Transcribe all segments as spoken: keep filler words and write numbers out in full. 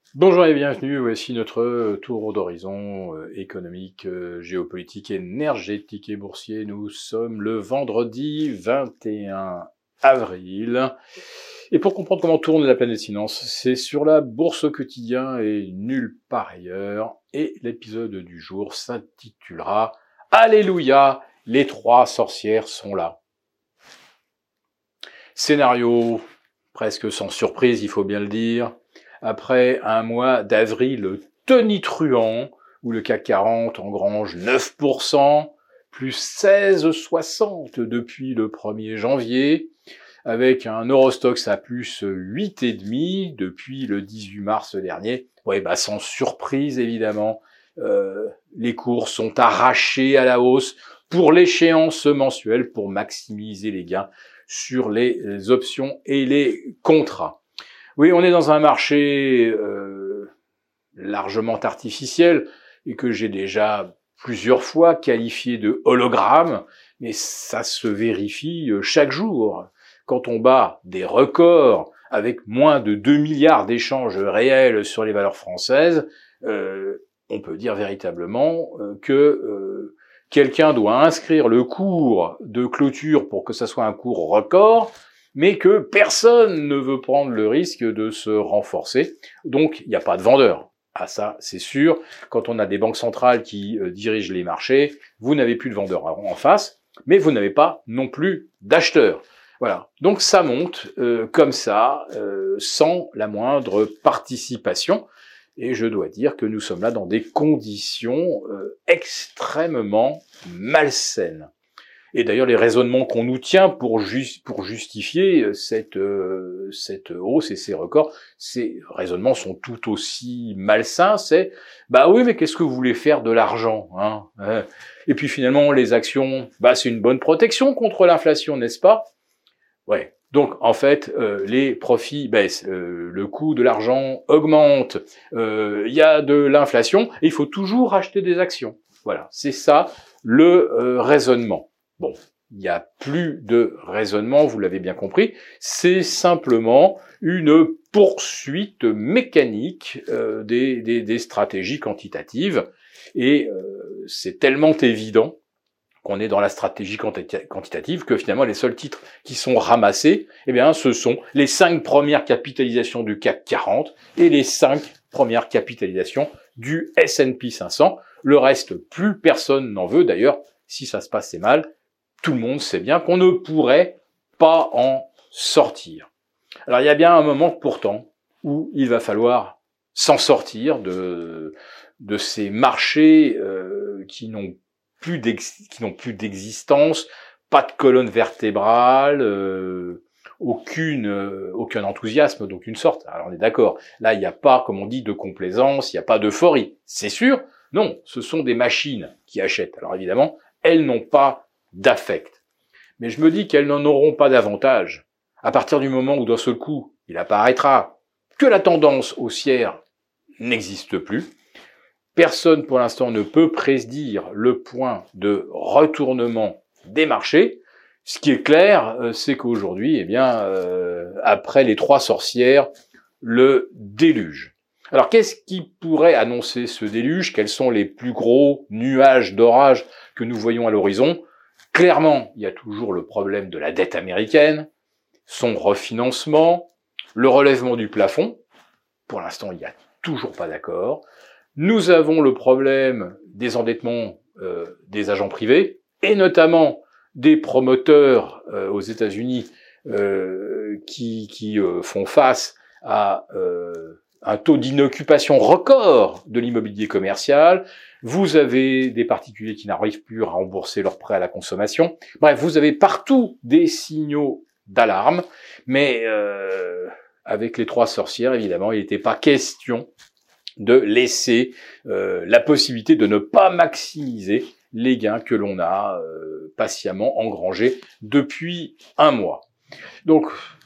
Bonjour et bienvenue, voici notre tour d'horizon euh, économique, euh, géopolitique, énergétique et boursier. Nous sommes le vendredi vingt et un avril. Et pour comprendre comment tourne la planète finance, c'est sur la bourse au quotidien et nulle part ailleurs. Et l'épisode du jour s'intitulera « Alléluia, les trois sorcières sont là ». Scénario presque sans surprise, il faut bien le dire. Après un mois d'avril tonitruant, où le C A C quarante engrange neuf pour cent, plus seize virgule soixante depuis le premier janvier, avec un Eurostoxx à plus huit virgule cinq depuis le dix-huit mars dernier. Ouais, bah sans surprise évidemment, euh, les cours sont arrachés à la hausse pour l'échéance mensuelle pour maximiser les gains sur les options et les contrats. Oui, on est dans un marché euh, largement artificiel et que j'ai déjà plusieurs fois qualifié de hologramme, mais ça se vérifie chaque jour. Quand on bat des records avec moins de deux milliards d'échanges réels sur les valeurs françaises, euh, on peut dire véritablement euh, que euh, quelqu'un doit inscrire le cours de clôture pour que ça soit un cours record, mais que personne ne veut prendre le risque de se renforcer. Donc, il n'y a pas de vendeur. Ah ça, c'est sûr. Quand on a des banques centrales qui euh, dirigent les marchés, vous n'avez plus de vendeurs en face, mais vous n'avez pas non plus d'acheteurs. Voilà. Donc, ça monte euh, comme ça, euh, sans la moindre participation. Et je dois dire que nous sommes là dans des conditions euh, extrêmement malsaines. Et d'ailleurs, les raisonnements qu'on nous tient pour, ju- pour justifier cette, euh, cette hausse et ces records, ces raisonnements sont tout aussi malsains. C'est, bah oui, mais qu'est-ce que vous voulez faire de l'argent, hein? Et puis finalement, les actions, bah c'est une bonne protection contre l'inflation, n'est-ce pas? Ouais. Donc en fait, euh, les profits baissent, euh, le coût de l'argent augmente, euh, il y a de l'inflation, et il faut toujours acheter des actions. Voilà, c'est ça le euh, raisonnement. Bon, il n'y a plus de raisonnement, vous l'avez bien compris, c'est simplement une poursuite mécanique euh, des, des, des stratégies quantitatives, et euh, c'est tellement évident qu'on est dans la stratégie quantitative que finalement les seuls titres qui sont ramassés, eh bien, ce sont les cinq premières capitalisations du C A C quarante et les cinq premières capitalisations du S and P cinq cents. Le reste, plus personne n'en veut. D'ailleurs, si ça se passait mal, tout le monde sait bien qu'on ne pourrait pas en sortir. Alors, il y a bien un moment pourtant où il va falloir s'en sortir de, de ces marchés euh, qui n'ont plus qui n'ont plus d'existence, pas de colonne vertébrale, euh, aucune, euh, aucun enthousiasme d'aucune sorte. Alors on est d'accord, là il n'y a pas, comme on dit, de complaisance, il n'y a pas d'euphorie, c'est sûr. Non, ce sont des machines qui achètent. Alors évidemment, elles n'ont pas d'affect. Mais je me dis qu'elles n'en auront pas davantage à partir du moment où d'un seul coup, il apparaîtra que la tendance haussière n'existe plus. Personne, pour l'instant, ne peut prédire le point de retournement des marchés. Ce qui est clair, c'est qu'aujourd'hui, eh bien, euh, après les trois sorcières, le déluge. Alors, qu'est-ce qui pourrait annoncer ce déluge? Quels sont les plus gros nuages d'orage que nous voyons à l'horizon? Clairement, il y a toujours le problème de la dette américaine, son refinancement, le relèvement du plafond. Pour l'instant, il n'y a toujours pas d'accord. Nous avons le problème des endettements euh, des agents privés, et notamment des promoteurs euh, aux États-Unis euh, qui, qui euh, font face à euh, un taux d'inoccupation record de l'immobilier commercial. Vous avez des particuliers qui n'arrivent plus à rembourser leurs prêts à la consommation. Bref, vous avez partout des signaux d'alarme, mais euh, avec les trois sorcières, évidemment, il n'était pas question de laisser euh, la possibilité de ne pas maximiser les gains que l'on a euh, patiemment engrangés depuis un mois. Donc,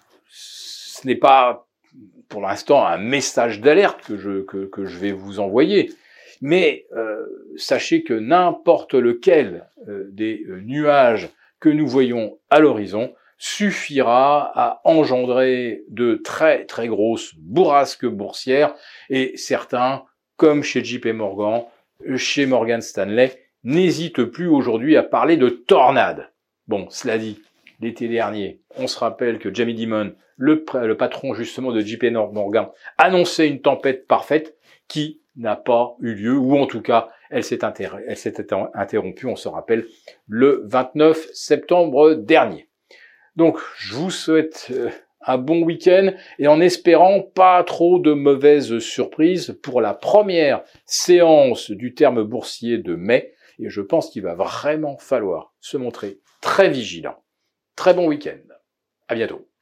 ce n'est pas pour l'instant un message d'alerte que je, que, que je vais vous envoyer, mais euh, sachez que n'importe lequel euh, des euh, nuages que nous voyons à l'horizon suffira à engendrer de très très grosses bourrasques boursières, et certains, comme chez J P Morgan, chez Morgan Stanley, n'hésitent plus aujourd'hui à parler de tornades. Bon, cela dit, l'été dernier, on se rappelle que Jamie Dimon, le, le patron justement de J P Morgan, annonçait une tempête parfaite qui n'a pas eu lieu, ou en tout cas, elle s'est interrompue, on se rappelle, le vingt-neuf septembre dernier. Donc, je vous souhaite un bon week-end et en espérant pas trop de mauvaises surprises pour la première séance du terme boursier de mai. Et je pense qu'il va vraiment falloir se montrer très vigilant. Très bon week-end. À bientôt.